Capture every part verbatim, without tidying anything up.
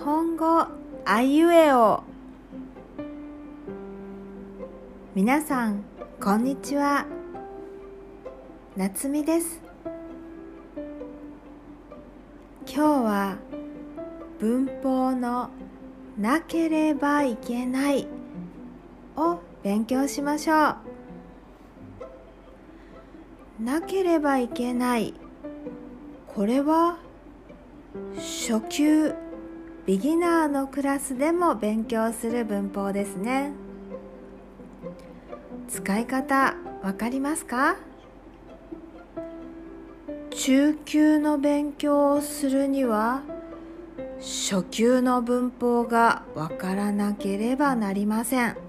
本語あいうえお。皆さんこんにちは、なつみです。今日は文法のなければいけないを勉強しましょう。なければいけない、これは初級ビギナーのクラスでも勉強する文法ですね。使い方わかりますか？中級の勉強をするには初級の文法がわからなければなりません。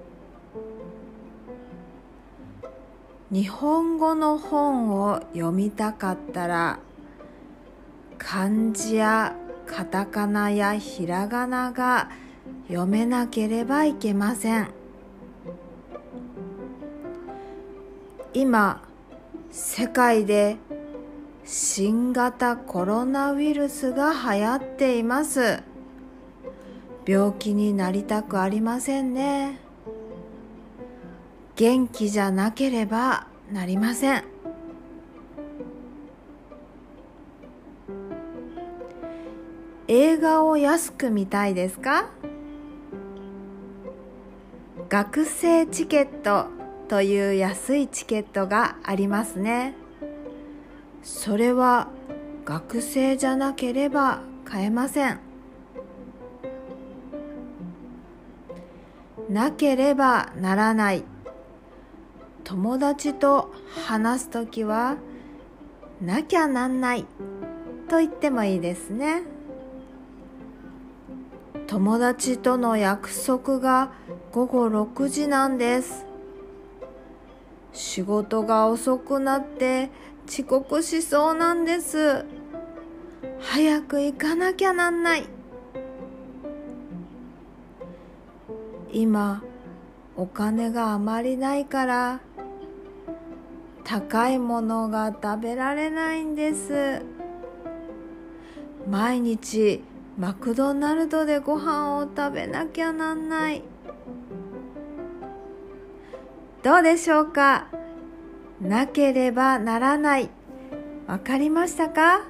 日本語の本を読みたかったら漢字やカタカナやひらがなが読めなければいけません。今、世界で新型コロナウイルスが流行っています。病気になりたくありませんね。元気じゃなければなりません。映画を安く見たいですか？学生チケットという安いチケットがありますね。それは学生じゃなければ買えません。なければならない。友達と話すときはなきゃなんないと言ってもいいですね。友達との約束がごごろくじなんです。仕事が遅くなって遅刻しそうなんです。早く行かなきゃなんない。今お金があまりないから高いものが食べられないんです。毎日マクドナルドでご飯を食べなきゃなんない。どうでしょうか？なければならない。わかりましたか？